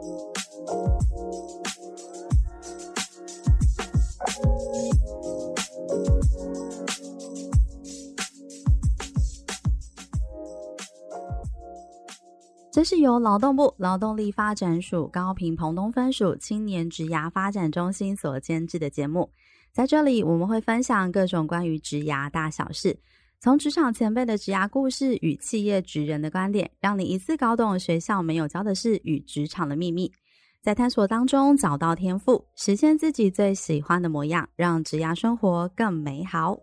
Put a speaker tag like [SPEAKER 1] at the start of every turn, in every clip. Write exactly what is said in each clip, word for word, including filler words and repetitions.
[SPEAKER 1] 这是由劳动部劳动力发展署高屏澎东分署青年职涯发展中心所监制的节目。在这里，我们会分享各种关于职涯大小事，从职场前辈的职涯故事与企业职人的观点，让你一次搞懂学校没有教的事与职场的秘密，在探索当中找到天赋，实现自己最喜欢的模样，让职涯生活更美好。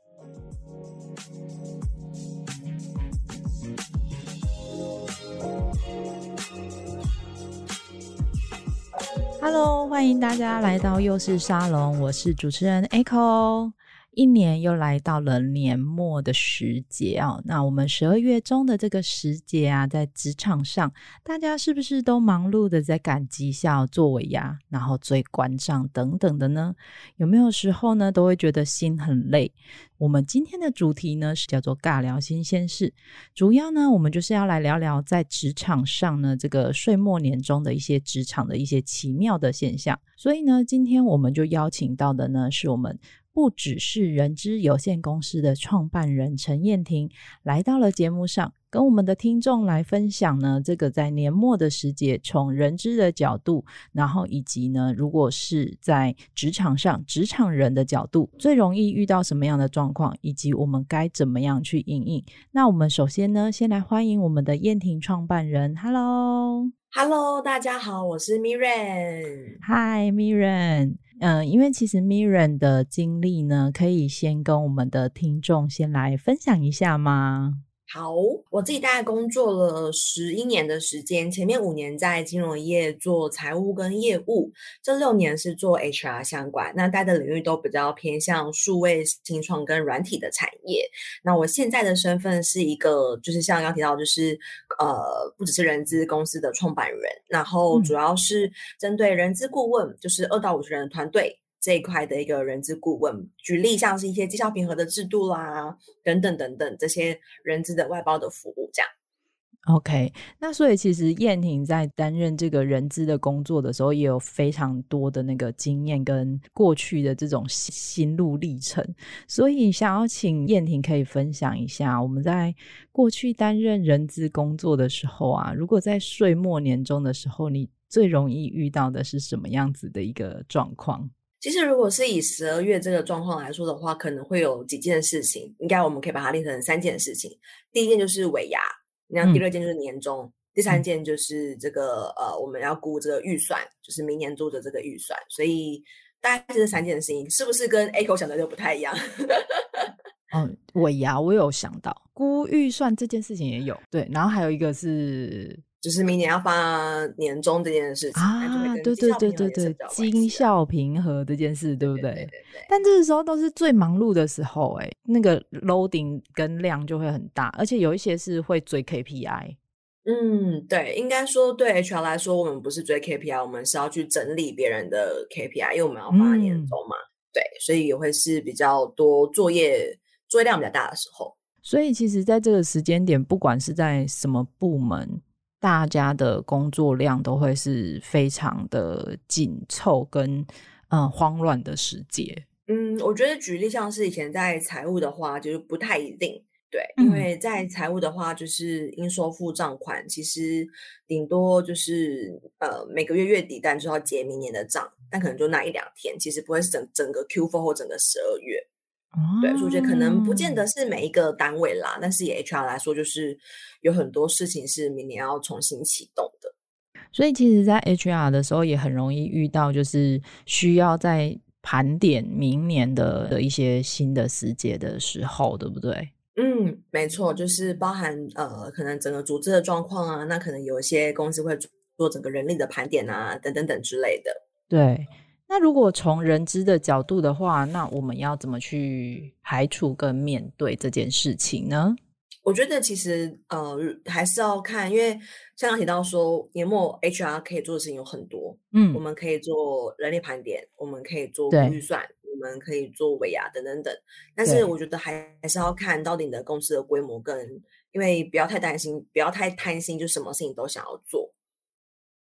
[SPEAKER 2] Hello， 欢迎大家来到幼师沙龙，我是主持人 Echo。一年又来到了年末的时节啊，那我们十二月中的这个时节啊，在职场上，大家是不是都忙碌的在赶绩效、做尾牙，然后追关账等等的呢？有没有时候呢，都会觉得心很累？我们今天的主题呢，是叫做尬聊新鲜事，主要呢，我们就是要来聊聊在职场上呢，这个岁末年终的一些职场的一些奇妙的现象。所以呢，今天我们就邀请到的呢，是我们不只是人资有限公司的创办人陈燕婷来到了节目上，跟我们的听众来分享呢，这个在年末的时节，从人资的角度，然后以及呢，如果是在职场上职场人的角度，最容易遇到什么样的状况，以及我们该怎么样去因应。那我们首先呢，先来欢迎我们的燕婷创办人 Hello
[SPEAKER 3] Hello， 大家好，我是 Miren。
[SPEAKER 2] Hi Miren。嗯，因为其实 Miren 的经历呢，可以先跟我们的听众先来分享一下吗？
[SPEAKER 3] 好，我自己大概工作了十一年的时间，前面五年在金融业做财务跟业务，这六年是做 H R 相关，那待的领域都比较偏向数位、新创跟软体的产业。那我现在的身份是一个，就是像刚刚提到，就是呃，不只是人资公司的创办人，然后主要是针对人资顾问，就是二到五十人的团队这一块的一个人资顾问，举例像是一些绩效评核的制度啦，等等等等，这些人资的外包的服务这样。
[SPEAKER 2] OK， 那所以其实燕婷在担任这个人资的工作的时候，也有非常多的那个经验跟过去的这种心路历程，所以想要请燕婷可以分享一下，我们在过去担任人资工作的时候啊，如果在岁末年终的时候，你最容易遇到的是什么样子的一个状况？
[SPEAKER 3] 其实如果是以十二月这个状况来说的话，可能会有几件事情，应该我们可以把它列成三件事情。第一件就是尾牙，然后第二件就是年终、嗯、第三件就是这个呃我们要估这个预算，就是明年度的这个预算。所以大概这三件事情是不是跟 Echo 想的就不太一样？
[SPEAKER 2] 哦，尾牙我有想到，估预算这件事情也有，对，然后还有一个是
[SPEAKER 3] 就是明年要发年终这件事情
[SPEAKER 2] 啊，对对对对对，绩效评核这件事，对不对？
[SPEAKER 3] 对对对对。
[SPEAKER 2] 但这个时候都是最忙碌的时候，哎，那个 loading 跟量就会很大，而且有一些是会追 K P I。
[SPEAKER 3] 嗯，对，应该说对 H R 来说，我们不是追 K P I， 我们是要去整理别人的 K P I， 因为我们要发年终嘛、嗯，对，所以也会是比较多作业，作业量比较大的时候。
[SPEAKER 2] 所以其实在这个时间点，不管是在什么部门，大家的工作量都会是非常的紧凑跟呃慌乱的时节。
[SPEAKER 3] 嗯，我觉得举例像是以前在财务的话，就是不太一定。对，因为在财务的话，就是应收付账款，其实顶多就是呃每个月月底，但就要结明年的账，但可能就那一两天，其实不会是整整个 Q 四 或整个十二月。哦、对，所以我觉得可能不见得是每一个单位啦，但是以 H R 来说，就是有很多事情是明年要重新启动的。
[SPEAKER 2] 所以其实在 H R 的时候也很容易遇到，就是需要在盘点明年的的一些新的时节的时候，对不对？
[SPEAKER 3] 嗯，没错，就是包含呃，可能整个组织的状况啊，那可能有一些公司会做整个人力的盘点啊，等等等之类的。
[SPEAKER 2] 对，那如果从人资的角度的话，那我们要怎么去排除跟面对这件事情呢？
[SPEAKER 3] 我觉得其实呃还是要看，因为像刚提到说年末 H R 可以做的事情有很多，嗯，我们可以做人力盘点，我们可以做预算，我们可以做尾牙等等等，但是我觉得还还是要看到底你的公司的规模跟，因为不要太担心，不要太贪心，就什么事情都想要做。对，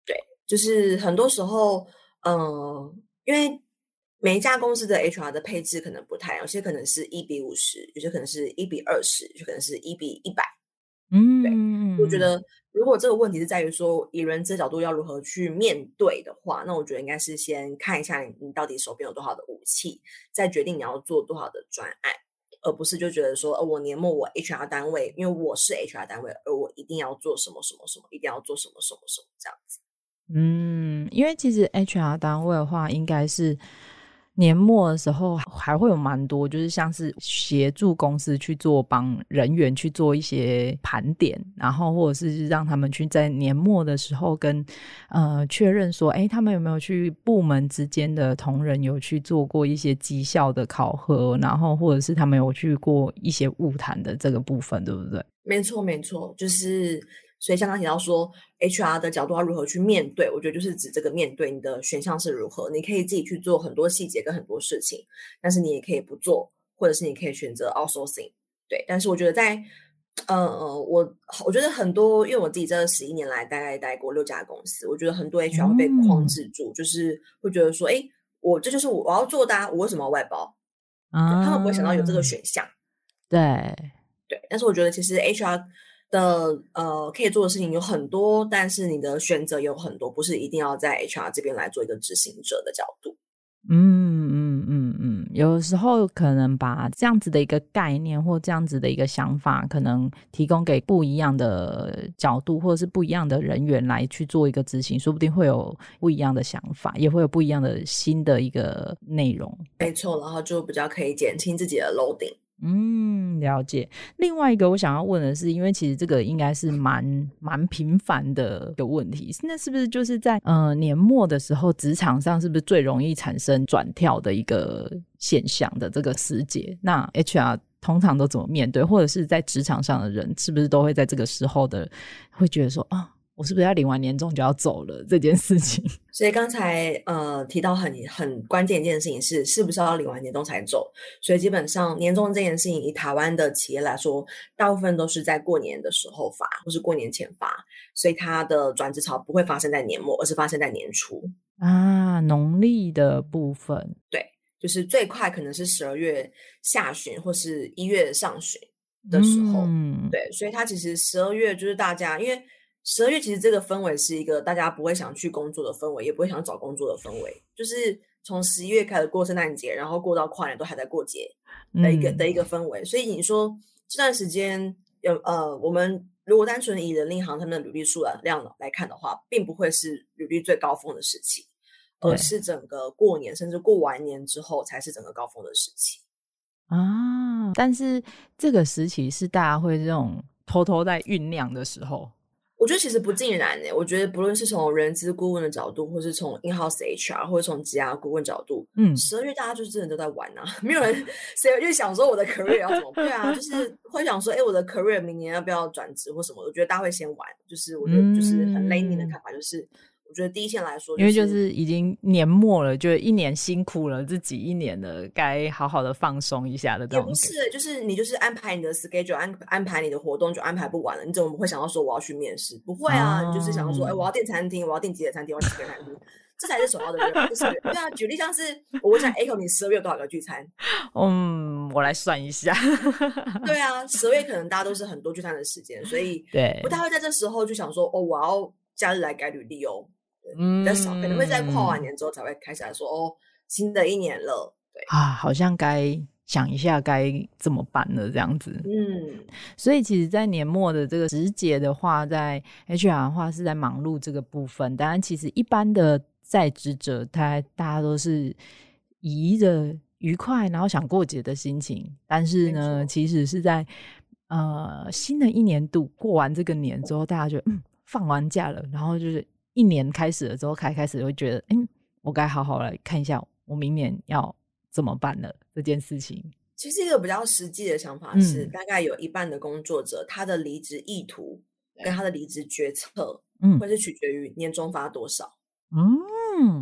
[SPEAKER 3] 就是很多时候，嗯、呃，因为每一家公司的 H R 的配置可能不太一样，有些可能是一比五十，有些可能是一比二十，有些可能是一比一百。对，我觉
[SPEAKER 2] 嗯，
[SPEAKER 3] 得如果这个问题是在于说以人资角度要如何去面对的话，那我觉得应该是先看一下你你到底手边有多少的武器，再决定你要做多少的专案，而不是就觉得说，呃，我年末我 H R 单位，因为我是 H R 单位，而我一定要做什么什么什么，一定要做什么什么什么这样子。
[SPEAKER 2] 嗯，因为其实 H R 单位的话，应该是年末的时候还会有蛮多，就是像是协助公司去做帮人员去做一些盘点，然后或者是让他们去在年末的时候跟呃确认说，哎，他们有没有去部门之间的同仁有去做过一些绩效的考核，然后或者是他们有去过一些晤谈的这个部分，对不对？
[SPEAKER 3] 没错，没错，就是所以像刚提到说 H R 的角度要如何去面对，我觉得就是指这个面对你的选项是如何，你可以自己去做很多细节跟很多事情，但是你也可以不做，或者是你可以选择 outsourcing。对，但是我觉得在呃我我觉得很多，因为我自己这十一年来大概待过六家公司，我觉得很多 H R 会被框制住，嗯、就是会觉得说，哎，我这就是我我要做的、啊，我为什么要外包？
[SPEAKER 2] 啊，
[SPEAKER 3] 他们不会想到有这个选项。
[SPEAKER 2] 对。
[SPEAKER 3] 对，但是我觉得其实 H R 的呃可以做的事情有很多，但是你的选择有很多，不是一定要在 H R 这边来做一个执行者的角度。
[SPEAKER 2] 嗯嗯嗯嗯，有时候可能把这样子的一个概念或这样子的一个想法，可能提供给不一样的角度或者是不一样的人员来去做一个执行，说不定会有不一样的想法，也会有不一样的新的一个内容。
[SPEAKER 3] 没错，然后就比较可以减轻自己的 loading。
[SPEAKER 2] 嗯，了解。另外一个我想要问的是，因为其实这个应该是蛮蛮频繁的一个问题，那是不是就是在呃年末的时候，职场上是不是最容易产生转跳的一个现象的这个时节？那 H R 通常都怎么面对，或者是在职场上的人是不是都会在这个时候的会觉得说啊，我是不是要领完年终就要走了这件事情？
[SPEAKER 3] 所以刚才呃提到很很关键一件事情是，是不是要领完年终才走？所以基本上年终这件事情，以台湾的企业来说，大部分都是在过年的时候发，或是过年前发，所以它的转职潮不会发生在年末，而是发生在年初
[SPEAKER 2] 啊，农历的部分。
[SPEAKER 3] 对，就是最快可能是十二月下旬或是一月上旬的时候。嗯，对，所以它其实十二月就是大家因为。十二月其实这个氛围是一个大家不会想去工作的氛围，也不会想找工作的氛围，就是从十一月开始过圣诞节，然后过到跨年都还在过节的一个、嗯、的一个氛围。所以你说这段时间有呃，我们如果单纯以人力行他们的履历数量来看的话，并不会是履历最高峰的时期，而是整个过年甚至过完年之后才是整个高峰的时期
[SPEAKER 2] 啊。但是这个时期是大家会这种偷偷在酝酿的时候。
[SPEAKER 3] 我觉得其实不尽然诶，我觉得不论是从人资顾问的角度，或是从 in-house H R， 或者从职涯顾问角度，嗯，十二月大家就真的都在玩啊，没有人谁就想说我的 career 要怎么，对啊，就是会想说，哎，我的 career 明年要不要转职或什么？我觉得大家会先玩，就是我觉得就是很 layman 的看法，就是。我觉得第一线来说、就是，
[SPEAKER 2] 因为就是已经年末了，就一年辛苦了，自己一年了，该好好的放松一下的这种。
[SPEAKER 3] 也不是，就是你就是安排你的 schedule， 安安排你的活动就安排不完了，你怎么会想到说我要去面试？不会啊，哦、你就是想要说，哎，我要订餐厅，我要订几个餐厅，我要几个餐厅，这才是首要的任务。就是对啊，举例像是我问一下 Echo， 你十二月有多少个聚餐？
[SPEAKER 2] 嗯，我来算一下。
[SPEAKER 3] 对啊，十二月可能大家都是很多聚餐的时间，所以对不太会在这时候就想说，哦，我要假日来改履历哦。比较少，可能会在跨完年之后才会开始来说哦，新的一年了，对
[SPEAKER 2] 啊，好像该想一下该怎么办了这样子。嗯，所以其实在年末的这个时节的话，在 H R 的话是在忙碌这个部分，当然其实一般的在职者他大家都是以着愉快然后想过节的心情，但是呢其实是在呃新的一年度过完这个年之后，大家就嗯放完假了，然后就是一年开始了之后开开始会觉得嗯我该好好来看一下我明年要怎么办了这件事情。
[SPEAKER 3] 其实一个比较实际的想法是、嗯、大概有一半的工作者他的离职意图跟他的离职决策、嗯、会是取决于年终发多少。嗯，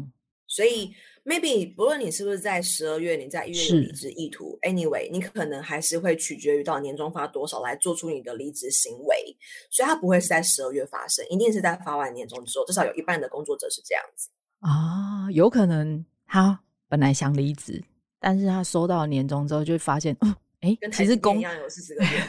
[SPEAKER 3] 所以 maybe 不论你是不是在十二月你在一月有离职意图 anyway 你可能还是会取决于到年终发多少来做出你的离职行为，所以它不会是在十二月发生，一定是在发完年终之后，至少有一半的工作者是这样子
[SPEAKER 2] 啊。有可能他本来想离职，但是他收到年终之后就会发现哦，哎，
[SPEAKER 3] 跟
[SPEAKER 2] 其实公
[SPEAKER 3] 一样有四十个月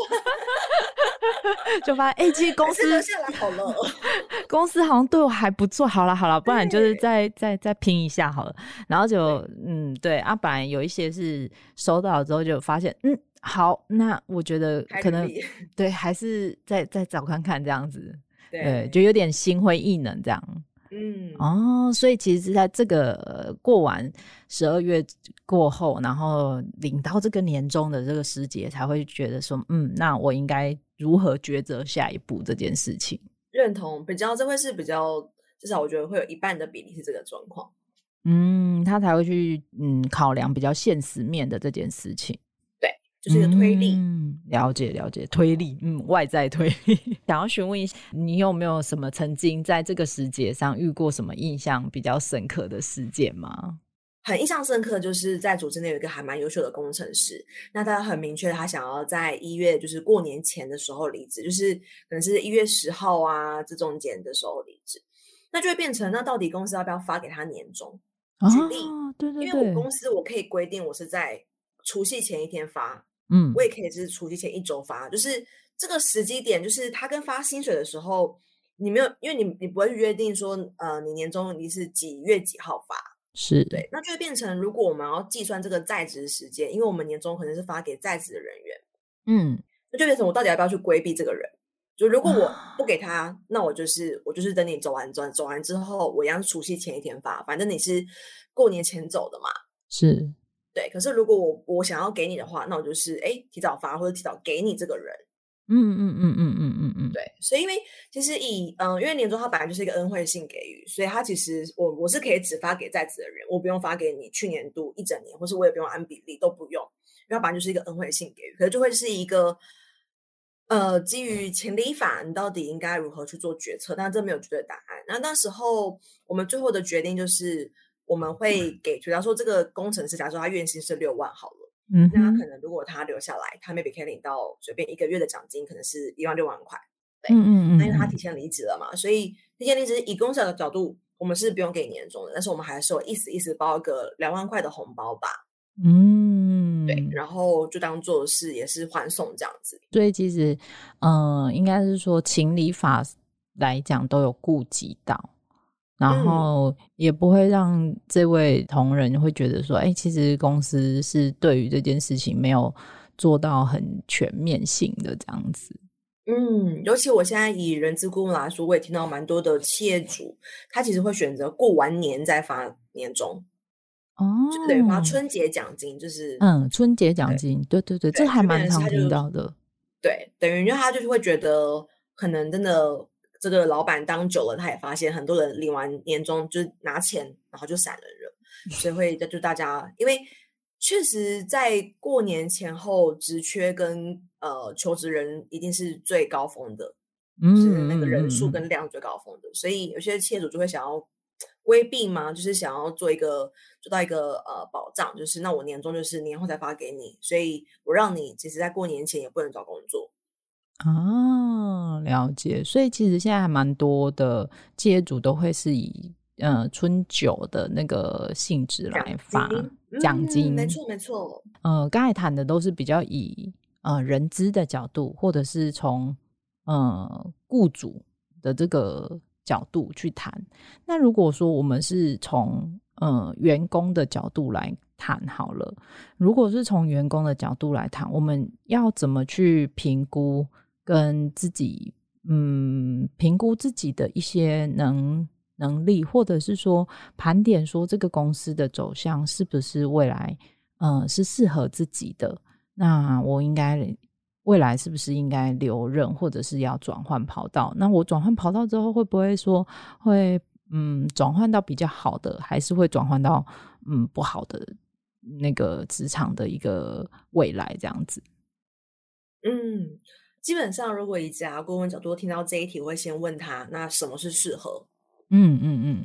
[SPEAKER 2] 就发现哎、欸，其实公司
[SPEAKER 3] 留下来好了
[SPEAKER 2] 公司好像对我还不错，好了好了，不然就是再再再拼一下好了。然后就嗯对啊，本来有一些是收到了之后就发现嗯好，那我觉得可能对还是再再找看看这样子， 对, 对，就有点心灰意冷这样。嗯哦，所以其实在这个、呃、过完十二月过后，然后领到这个年终的这个时节，才会觉得说嗯那我应该如何抉择下一步这件事情。
[SPEAKER 3] 认同，比较这会是比较，至少我觉得会有一半的比例是这个状况。
[SPEAKER 2] 嗯，他才会去嗯考量比较现实面的这件事情。
[SPEAKER 3] 对，就是一个推力。
[SPEAKER 2] 嗯，了解了解，推力，嗯，外在推力。想要询问一下，你有没有什么曾经在这个时节上遇过什么印象比较深刻的事件吗？
[SPEAKER 3] 很印象深刻，就是在组织内有一个还蛮优秀的工程师，那他很明确他想要在一月就是过年前的时候离职，就是可能是一月十号啊这中间的时候离职，那就会变成那到底公司要不要发给他年终？举例、
[SPEAKER 2] 哦、对对对，
[SPEAKER 3] 因为我公司我可以规定我是在除夕前一天发，
[SPEAKER 2] 嗯，
[SPEAKER 3] 我也可以是除夕前一周发，就是这个时机点，就是他跟发薪水的时候，你没有，因为你你不会约定说，呃，你年终你是几月几号发。
[SPEAKER 2] 是，
[SPEAKER 3] 对，那就会变成如果我们要计算这个在职时间，因为我们年终可能是发给在职的人员，嗯，那就变成我到底要不要去规避这个人？就如果我不给他，啊、那我就是我就是等你走完走走完之后，我一样除夕前一天发，反正你是过年前走的嘛，
[SPEAKER 2] 是，
[SPEAKER 3] 对。可是如果我我想要给你的话，那我就是哎提早发或者提早给你这个人。
[SPEAKER 2] 嗯嗯嗯嗯嗯嗯嗯，
[SPEAKER 3] 对，所以因为其实以嗯、呃，因为年终它本来就是一个恩惠性给予，所以它其实我我是可以只发给在职的人，我不用发给你去年度一整年，或是我也不用按比例都不用，因为它本来就是一个恩惠性给予，可是就会是一个呃基于情理法，你到底应该如何去做决策？但这没有绝对答案。那那时候我们最后的决定就是我们会给，比方说这个工程师，假如说他月薪是六万好了。嗯，那他可能如果他留下来，他 maybe 可以领到随便一个月的奖金，可能是一万六万块。对，嗯嗯嗯，那因为他提前离职了嘛，所以提前离职以公司的角度，我们是不用给年终的，但是我们还是有意思意思包一个两万块的红包吧。嗯，对，然后就当做是也是欢送这样子。
[SPEAKER 2] 所以其实，嗯、呃，应该是说情理法来讲都有顾及到。然后也不会让这位同仁会觉得说，哎、欸，其实公司是对于这件事情没有做到很全面性的这样子。
[SPEAKER 3] 嗯，尤其我现在以人资顾问来说，我也听到蛮多的企业主，他其实会选择过完年再发年终。哦，就等于发春节奖金，就是
[SPEAKER 2] 嗯，春节奖金，对对 对, 对，这还蛮常听到的。
[SPEAKER 3] 对，等于他就是会觉得可能真的。这个老板当久了，他也发现很多人领完年终就是拿钱，然后就闪人了，所以会就大家，因为确实在过年前后，职缺跟呃求职人一定是最高峰的，嗯，就是那个人数跟量最高峰的，所以有些企业主就会想要规避嘛，就是想要做一个做到一个呃保障，就是那我年终就是年后才发给你，所以我让你其实在过年前也不能找工作。
[SPEAKER 2] 哦，了解。所以其实现在还蛮多的企业主都会是以呃春酒的那个性质来发奖金，
[SPEAKER 3] 嗯，没错没错。
[SPEAKER 2] 呃，刚才谈的都是比较以呃人资的角度，或者是从呃雇主的这个角度去谈。那如果说我们是从呃员工的角度来谈好了，如果是从员工的角度来谈，我们要怎么去评估？跟自己嗯评估自己的一些能能力，或者是说盘点说这个公司的走向是不是未来呃是适合自己的，那我应该未来是不是应该留任，或者是要转换跑道，那我转换跑道之后会不会说会嗯转换到比较好的，还是会转换到嗯不好的那个职场的一个未来这样子。
[SPEAKER 3] 嗯，基本上如果以职涯顾问角度听到这一题，我会先问他那什么是适合。嗯嗯嗯，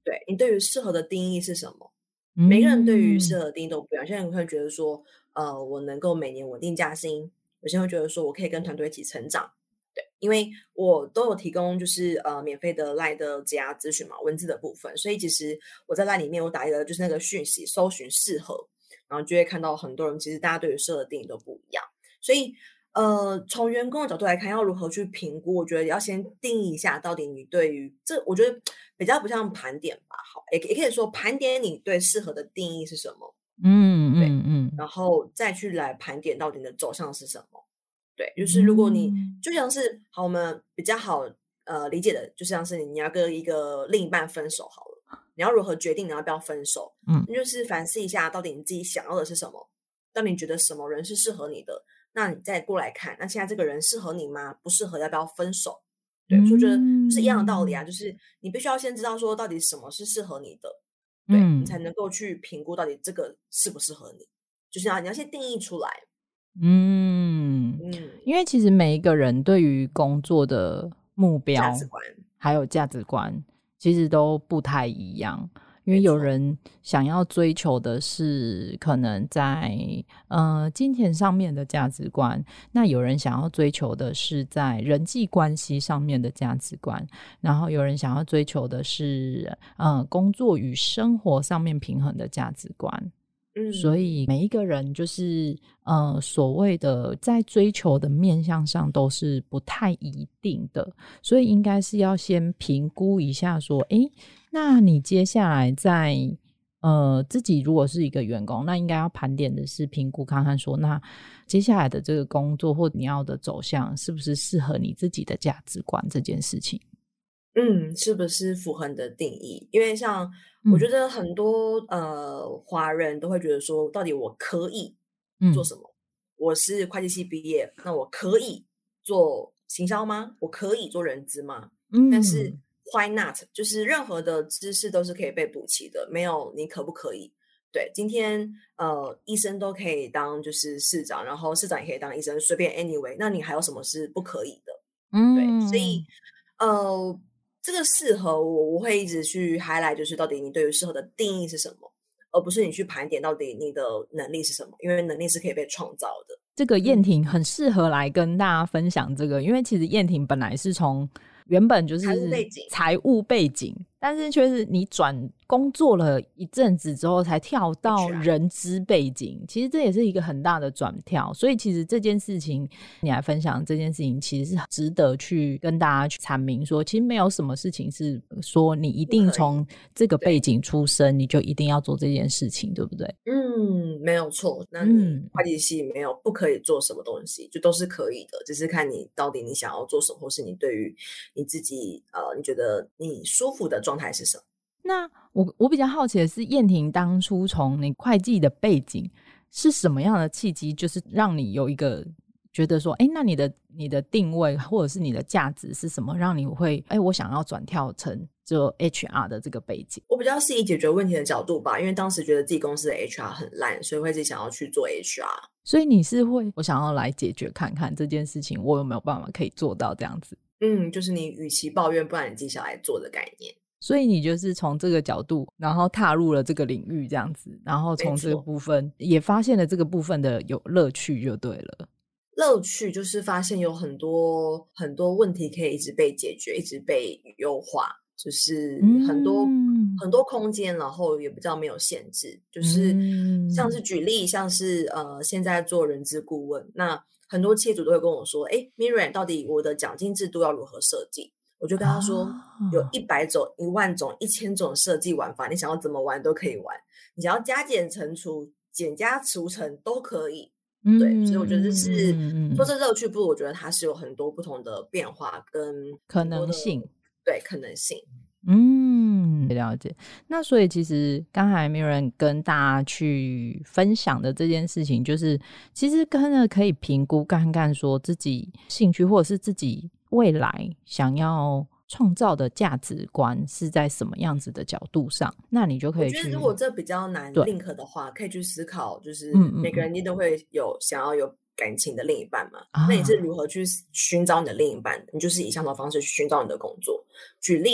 [SPEAKER 3] 对，你对于适合的定义是什么？每个人对于适
[SPEAKER 2] 嗯
[SPEAKER 3] 合的定义都不一样。有些人会觉得说，呃，我能够每年稳定加薪；有些人会觉得说我可以跟团队一起成长。对，因为我都有提供就是呃免费的 LINE 的职涯咨询嘛，文字的部分，所以其实我在 LINE 里面我打一个就是那个讯息，搜寻适合，然后就会看到很多人其实大家对于适合的定义都不一样。所以呃，从员工的角度来看，要如何去评估？我觉得要先定义一下，到底你对于这，我觉得比较不像盘点吧，好，也也可以说盘点你对适合的定义是什么，
[SPEAKER 2] 嗯
[SPEAKER 3] 对，
[SPEAKER 2] 嗯嗯，
[SPEAKER 3] 然后再去来盘点到底你的走向是什么。对，就是如果你、
[SPEAKER 2] 嗯
[SPEAKER 3] 就像是好，我们比较好呃理解的，就像是你要跟一个另一半分手好了，你要如何决定你要不要分手？
[SPEAKER 2] 嗯
[SPEAKER 3] 你就是反思一下，到底你自己想要的是什么？到底你觉得什么人是适合你的？那你再过来看，那现在这个人适合你吗？不适合，要不要分手？对，所以我觉得就是一样的道理啊，就是你必须要先知道说到底什么是适合你的，对、
[SPEAKER 2] 嗯
[SPEAKER 3] 你才能够去评估到底这个适不适合你，就是要你要先定义出来。
[SPEAKER 2] 嗯，
[SPEAKER 3] 嗯，
[SPEAKER 2] 因为其实每一个人对于工作的目标
[SPEAKER 3] 价值观
[SPEAKER 2] 还有价值观其实都不太一样。因为
[SPEAKER 3] 没错
[SPEAKER 2] 有人想要追求的是可能在呃金钱上面的价值观，那有人想要追求的是在人际关系上面的价值观，然后有人想要追求的是呃工作与生活上面平衡的价值观。
[SPEAKER 3] 嗯，
[SPEAKER 2] 所以每一个人就是呃所谓的在追求的面向上都是不太一定的，所以应该是要先评估一下说，诶，那你接下来在呃自己如果是一个员工，那应该要盘点的是评估看看说，那接下来的这个工作或你要的走向是不是适合你自己的价值观这件事情。
[SPEAKER 3] 嗯，是不是符合你的定义？因为像我觉得很多、呃华人都会觉得说，到底我可以做什么？嗯、我是会计系毕业，那我可以做行销吗？我可以做人资吗？嗯，但是 why not？ 就是任何的知识都是可以被补齐的，没有你可不可以？对，今天呃医生都可以当就是市长，然后市长也可以当医生，随便 anyway， 那你还有什么是不可以的？嗯，对，所以呃。这个适合我，我会一直去 highlight，就是到底你对于适合的定义是什么，而不是你去盘点到底你的能力是什么，因为能力是可以被创造的。
[SPEAKER 2] 这个燕婷很适合来跟大家分享这个，因为其实燕婷本来是从原本就是
[SPEAKER 3] 财务背景，
[SPEAKER 2] 财务背景，但是却是你转工作了一阵子之后才跳到人资背景，其实这也是一个很大的转跳。所以其实这件事情你来分享这件事情其实是值得去跟大家去阐明说，其实没有什么事情是说你一定从这个背景出身你就一定要做这件事情，对不对？
[SPEAKER 3] 嗯，没有错。那你会计系没有不可以做什么东西，就都是可以的，只是看你到底你想要做什么，或是你对于你自己呃你觉得你舒服的状态是什么。
[SPEAKER 2] 那我我比较好奇的是，燕婷当初从你会计的背景是什么样的契机，就是让你有一个觉得说，哎，那你的你的定位或者是你的价值是什么，让你会哎，我想要转跳成就 H R 的这个背景？
[SPEAKER 3] 我比较是以解决问题的角度吧，因为当时觉得自己公司的 H R 很烂，所以会自己想要去做 H R。
[SPEAKER 2] 所以你是会我想要来解决看看这件事情，我有没有办法可以做到这样子？
[SPEAKER 3] 嗯，就是你与其抱怨，不然你自己想来做的概念。
[SPEAKER 2] 所以你就是从这个角度然后踏入了这个领域这样子，然后从这个部分也发现了这个部分的有乐趣就对了。
[SPEAKER 3] 乐趣就是发现有很多很多问题可以一直被解决，一直被优化，就是很多、嗯、很多空间，然后也比较没有限制，就是像是举例像是呃现在做人资顾问，那很多企业主都会跟我说，诶 Miriam 到底我的奖金制度要如何设计？我就跟他说、啊、有一百种一万种一千种设计玩法，你想要怎么玩都可以玩，你想要加减乘除减加除乘都可以、嗯、对，所以我觉得这是、嗯、说这乐趣不，我觉得它是有很多不同的变化跟
[SPEAKER 2] 可能性，
[SPEAKER 3] 对，可能性。
[SPEAKER 2] 嗯，了解。那所以其实刚才Miriam跟大家去分享的这件事情，就是其实真的可以评估看看说自己兴趣或者是自己未来想要创造的价值观是在什么样子的角度上，那你就可以去。
[SPEAKER 3] 我觉得如果这比较难 link 的话，可以去思考，就是每个人一定会有想要有感情的另一半嘛、嗯嗯、那你是如何去寻找你的另一半？你就是以相同的方式去寻找你的工作。举例，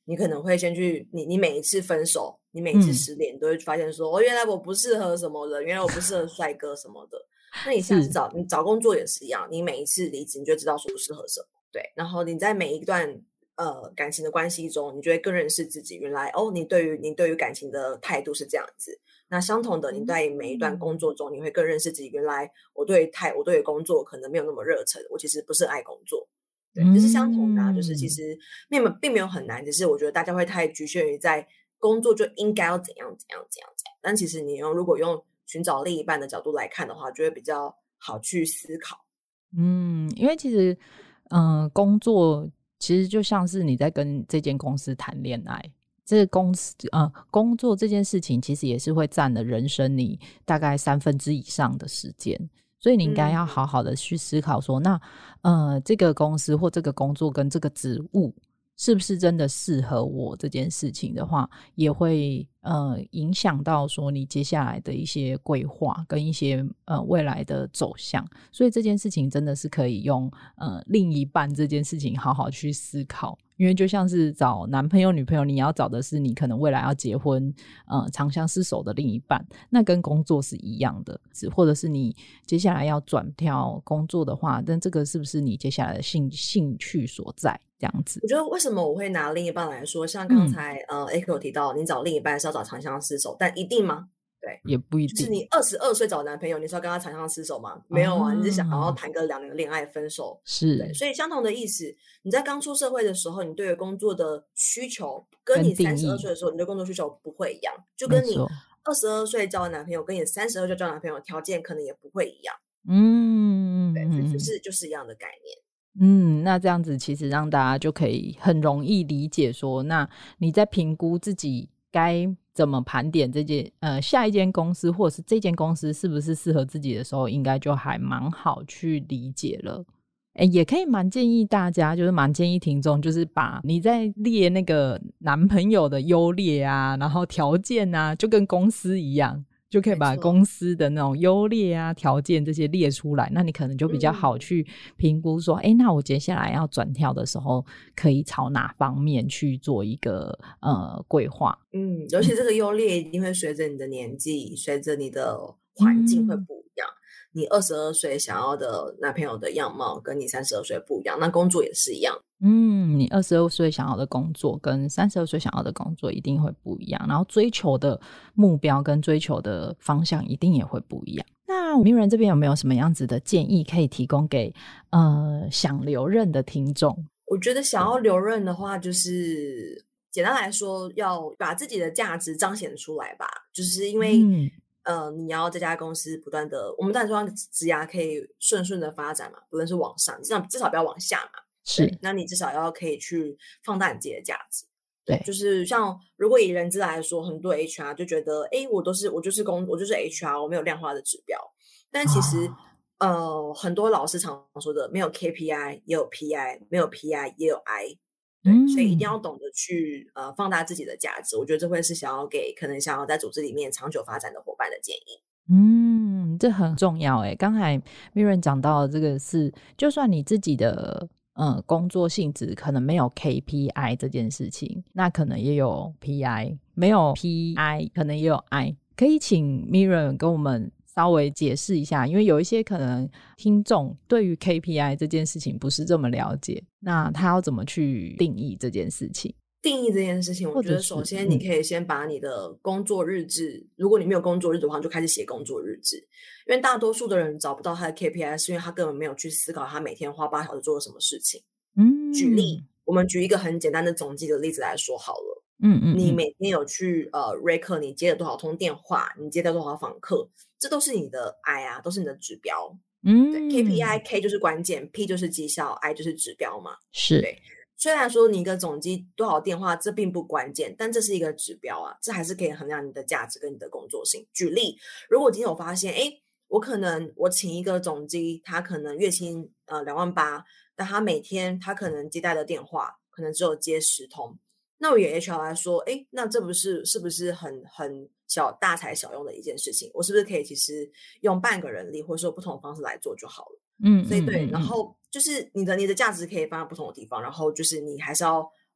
[SPEAKER 3] 你可能会先去你你每一次分手，你每一次失恋，嗯、你都会发现说，哦，原来我不适合什么人，原来我不适合帅哥什么的。那你下次找你找工作也是一样，你每一次离职，你就知道说不适合什么。对，然后你在每一段呃感情的关系中，你就会更认识自己。原来哦，你对于你对于感情的态度是这样子。那相同的，你在每一段工作中，你会更认识自己。原来我对态，我对工作可能没有那么热忱，我其实不是爱工作。对，就是相同的、啊，就是其实并没并没有很难，只是我觉得大家会太局限于在工作就应该要怎样怎样怎样怎样。但其实你用如果用寻找另一半的角度来看的话，就会比较好去思考。
[SPEAKER 2] 嗯，因为其实，嗯、呃，工作其实就像是你在跟这间公司谈恋爱。这个公司呃，工作这件事情其实也是会占了人生你大概三分之以上的时间，所以你应该要好好的去思考说，嗯、那呃，这个公司或这个工作跟这个职务是不是真的适合我这件事情的话，也会呃影响到说你接下来的一些规划跟一些呃未来的走向，所以这件事情真的是可以用呃另一半这件事情好好去思考。因为就像是找男朋友女朋友，你要找的是你可能未来要结婚呃长相厮守的另一半，那跟工作是一样的，或者是你接下来要转跳工作的话，但这个是不是你接下来的兴兴趣所在这样子。
[SPEAKER 3] 我觉得为什么我会拿另一半来说，像刚才、嗯、呃 Echo 提到你找另一半是要找长相厮守，但一定吗？对，
[SPEAKER 2] 也不一定。
[SPEAKER 3] 就是你二十二岁找男朋友，你是要跟他长相厮守吗？没有啊，你是想要谈个两年的恋爱分手。
[SPEAKER 2] 是，
[SPEAKER 3] 对，所以相同的意思，你在刚出社会的时候，你对于工作的需求跟你三十二岁的时候你对工作需求不会一样，就跟你二十二岁交的男朋友跟你三十二岁交的男朋友条件可能也不会一样。
[SPEAKER 2] 嗯，
[SPEAKER 3] 对，所以就是就是一样的概念。
[SPEAKER 2] 嗯，那这样子其实让大家就可以很容易理解说，那你在评估自己该怎么盘点这件呃下一间公司或者是这间公司是不是适合自己的时候，应该就还蛮好去理解了。诶，也可以蛮建议大家，就是蛮建议听众，就是把你在列那个男朋友的优劣啊，然后条件啊，就跟公司一样，就可以把公司的那种优劣啊条件这些列出来，那你可能就比较好去评估说，诶、嗯、那我接下来要转跳的时候可以朝哪方面去做一个呃规划。
[SPEAKER 3] 嗯，尤其这个优劣一定会随着你的年纪、嗯、随着你的环境会不一样、嗯、你二十二岁想要的男朋友的样貌跟你三十二岁不一样，那工作也是一样。
[SPEAKER 2] 嗯，你二十二岁想要的工作跟三十二岁想要的工作一定会不一样，然后追求的目标跟追求的方向一定也会不一样。那Miriam这边有没有什么样子的建议可以提供给呃想留任的听众？
[SPEAKER 3] 我觉得想要留任的话，就是简单来说要把自己的价值彰显出来吧，就是因为、嗯呃，你要这家公司不断的，我们当然说职涯可以顺顺的发展嘛，不论是往上，至少至少不要往下嘛。
[SPEAKER 2] 是，
[SPEAKER 3] 那你至少要可以去放大你自己的价值。
[SPEAKER 2] 对，
[SPEAKER 3] 就是像如果以人资来说，很多 H R 就觉得，哎，我都是我就是公我就是 H R， 我没有量化的指标。但其实、哦、呃，很多老师常说的，没有 K P I 也有 P I， 没有 P I 也有 I。对、嗯，所以一定要懂得去呃放大自己的价值。我觉得这会是想要给可能想要在组织里面长久发展的伙伴的建议。
[SPEAKER 2] 嗯，这很重要诶。刚才 Miriam 讲到的这个是，就算你自己的嗯工作性质可能没有 K P I 这件事情，那可能也有 P I， 没有 P I 可能也有 I。可以请 Miriam 跟我们稍微解释一下，因为有一些可能听众对于 K P I 这件事情不是这么了解，那他要怎么去定义这件事情？
[SPEAKER 3] 定义这件事情，我觉得首先你可以先把你的工作日志、嗯、如果你没有工作日的话，就开始写工作日志。因为大多数的人找不到他的 K P I， 是因为他根本没有去思考他每天花八小时做了什么事情。嗯，举例，我们举一个很简单的总计的例子来说好了。嗯嗯，你每天有去呃 record 你接了多少通电话，你接了多少访客，这都是你的 I 啊，都是你的指标。嗯，对 ，K P I K 就是关键 ，P 就是绩效 ，I 就是指标嘛。
[SPEAKER 2] 是，
[SPEAKER 3] 对。虽然说你一个总机多少电话这并不关键，但这是一个指标啊，这还是可以衡量你的价值跟你的工作性。举例，如果今天我发现诶我可能我请一个总机，他可能月薪呃两万八，但他每天他可能接待的电话可能只有接十通，那我以 H R 来说，诶那这不是是不是很很小大材小用的一件事情？我是不是可以其实用半个人力或者说不同的方式来做就好了？嗯，所以对，然后就是你的你的价值可以放在不同的地方，然后就是你还是要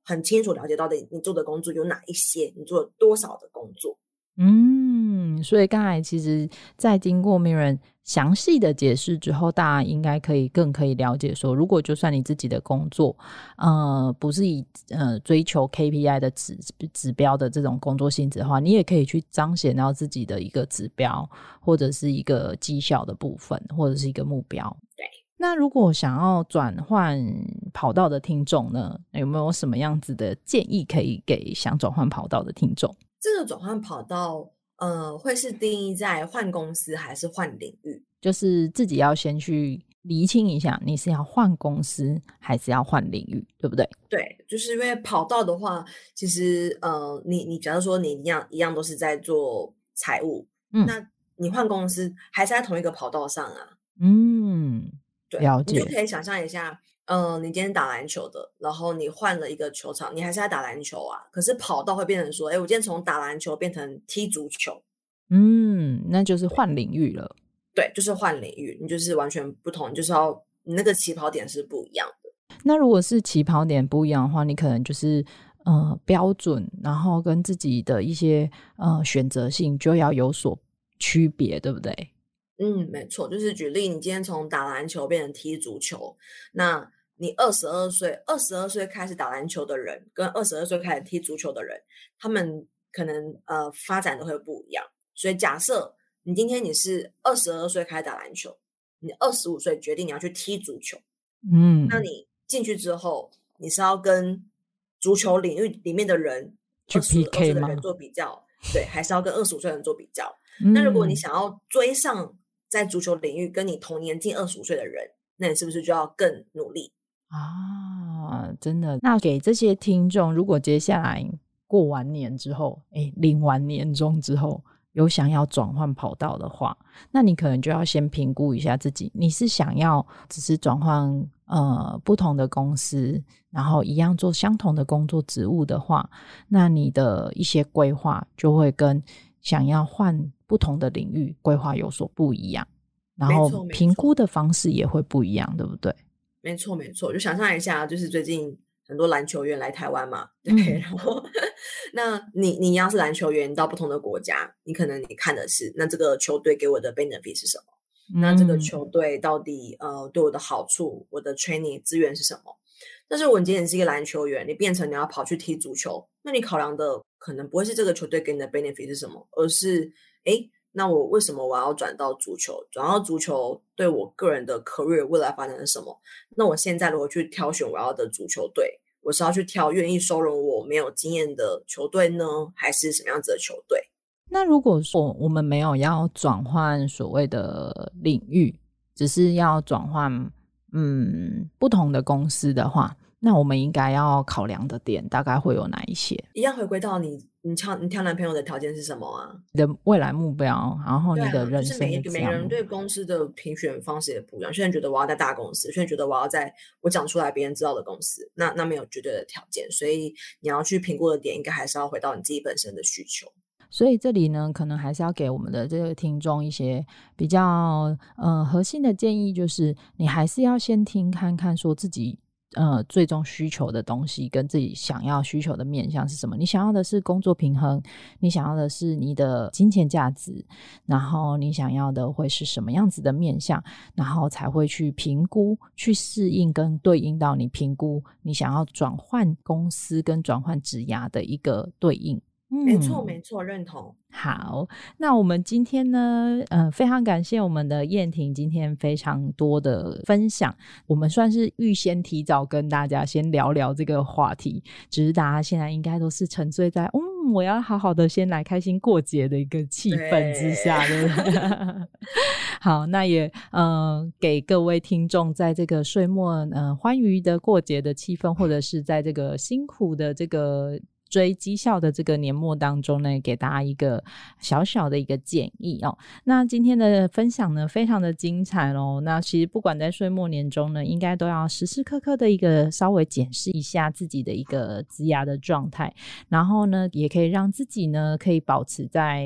[SPEAKER 3] 很清楚了解到底你做的工作有哪一些，你做了多少的工作。
[SPEAKER 2] 嗯，所以刚才其实在经过 Miriam 详细的解释之后，大家应该可以更可以了解说，如果就算你自己的工作呃不是以呃追求 K P I 的指指标的这种工作性质的话，你也可以去彰显到自己的一个指标或者是一个绩效的部分，或者是一个目标。
[SPEAKER 3] 对，
[SPEAKER 2] 那如果想要转换跑道的听众呢，有没有什么样子的建议可以给想转换跑道的听众？
[SPEAKER 3] 这个转换跑道呃，会是定义在换公司还是换领域？
[SPEAKER 2] 就是自己要先去厘清一下，你是要换公司还是要换领域，对不对？
[SPEAKER 3] 对，就是因为跑道的话，其实呃，你你假如说你一样一样都是在做财务，嗯，那你换公司还是在同一个跑道上啊？嗯，对，了解。你就可以想象一下。嗯、呃，你今天打篮球的，然后你换了一个球场，你还是在打篮球啊，可是跑道会变成说，哎，我今天从打篮球变成踢足球，
[SPEAKER 2] 嗯，那就是换领域了。
[SPEAKER 3] 对，就是换领域，你就是完全不同，你就是要你那个起跑点是不一样的。
[SPEAKER 2] 那如果是起跑点不一样的话，你可能就是呃标准，然后跟自己的一些呃选择性就要有所区别，对不对？
[SPEAKER 3] 嗯，没错，就是举例，你今天从打篮球变成踢足球，那你二十二岁，二十二岁开始打篮球的人，跟二十二岁开始踢足球的人，他们可能呃发展的会不一样。所以假设你今天你是二十二岁开始打篮球，你二十五岁决定你要去踢足球，嗯，那你进去之后，你是要跟足球领域里面的人
[SPEAKER 2] 去 P K 吗？
[SPEAKER 3] 二十二岁的人做比较，对，还是要跟二十五岁的人做比较？嗯，那如果你想要追上在足球领域跟你同年近二十五岁的人，那你是不是就要更努力
[SPEAKER 2] 啊？真的。那给这些听众，如果接下来过完年之后，诶，领完年终之后有想要转换跑道的话，那你可能就要先评估一下自己，你是想要只是转换呃不同的公司，然后一样做相同的工作职务的话，那你的一些规划就会跟想要换不同的领域规划有所不一样，然后评估的方式也会不一样，对不对？
[SPEAKER 3] 没错没错，就想象一下，就是最近很多篮球员来台湾嘛，对，嗯、然后那你你要是篮球员到不同的国家，你可能你看的是那这个球队给我的 benefit 是什么、嗯、那这个球队到底呃对我的好处，我的 training 资源是什么。但是我今天是一个篮球员，你变成你要跑去踢足球，那你考量的可能不会是这个球队给你的 benefit 是什么，而是诶那我为什么我要转到足球？转到足球对我个人的 career 未来发展是什么？那我现在如果去挑选我要的足球队，我是要去挑愿意收容我没有经验的球队呢，还是什么样子的球队？
[SPEAKER 2] 那如果说我们没有要转换所谓的领域，只是要转换嗯不同的公司的话，那我们应该要考量的点大概会有哪一些？
[SPEAKER 3] 一样回归到你你挑你挑男朋友的条件是什么啊？
[SPEAKER 2] 你的未来目标，然后你的人生的、
[SPEAKER 3] 啊、就是每每个人对公司的评选方式也不一样。有些人觉得我要在大公司，有些人觉得我要在我讲出来别人知道的公司，那那没有绝对的条件，所以你要去评估的点应该还是要回到你自己本身的需求。
[SPEAKER 2] 所以这里呢，可能还是要给我们的这个听众一些比较呃核心的建议，就是你还是要先听看看说自己呃最终需求的东西跟自己想要需求的面向是什么。你想要的是工作平衡，你想要的是你的金钱价值，然后你想要的会是什么样子的面向，然后才会去评估去适应跟对应到你评估你想要转换公司跟转换职涯的一个对应。
[SPEAKER 3] 没错没错，认同。
[SPEAKER 2] 好，那我们今天呢呃，非常感谢我们的燕婷今天非常多的分享，我们算是预先提早跟大家先聊聊这个话题，只是大家现在应该都是沉醉在嗯，我要好好的先来开心过节的一个气氛之下，对不对？好，那也呃给各位听众在这个岁末呃欢愉的过节的气氛，或者是在这个辛苦的这个追绩效的这个年末当中呢，给大家一个小小的一个建议哦。那今天的分享呢非常的精彩哦，那其实不管在岁末年终呢，应该都要时时刻刻的一个稍微检视一下自己的一个职涯的状态，然后呢也可以让自己呢可以保持在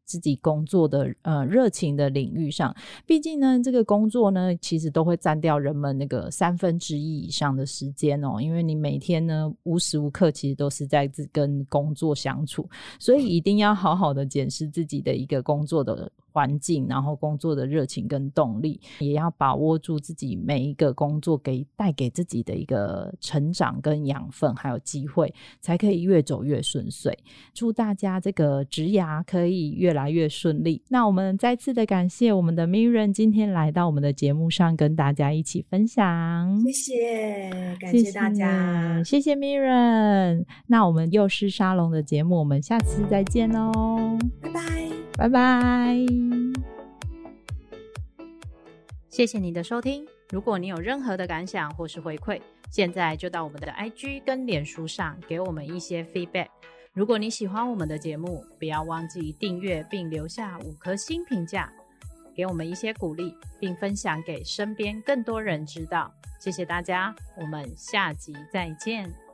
[SPEAKER 2] 自己工作的呃热情的领域上。毕竟呢这个工作呢其实都会占掉人们那个三分之一以上的时间哦，因为你每天呢无时无刻其实都是在跟工作相处，所以一定要好好的检视自己的一个工作的环境，然后工作的热情跟动力，也要把握住自己每一个工作给带给自己的一个成长跟养分还有机会，才可以越走越顺遂。祝大家这个职涯可以越来越顺利。那我们再次的感谢我们的 Miriam 今天来到我们的节目上跟大家一起分享，
[SPEAKER 3] 谢谢，感谢大家，
[SPEAKER 2] 谢谢 Miriam。 那我们幼师沙龙的节目我们下次再见咯，
[SPEAKER 3] 拜拜
[SPEAKER 2] 拜拜。
[SPEAKER 1] 谢谢你的收听，如果你有任何的感想或是回馈，现在就到我们的 I G 跟脸书上给我们一些 feedback。 如果你喜欢我们的节目，不要忘记订阅并留下五颗星评价，给我们一些鼓励，并分享给身边更多人知道。谢谢大家，我们下集再见。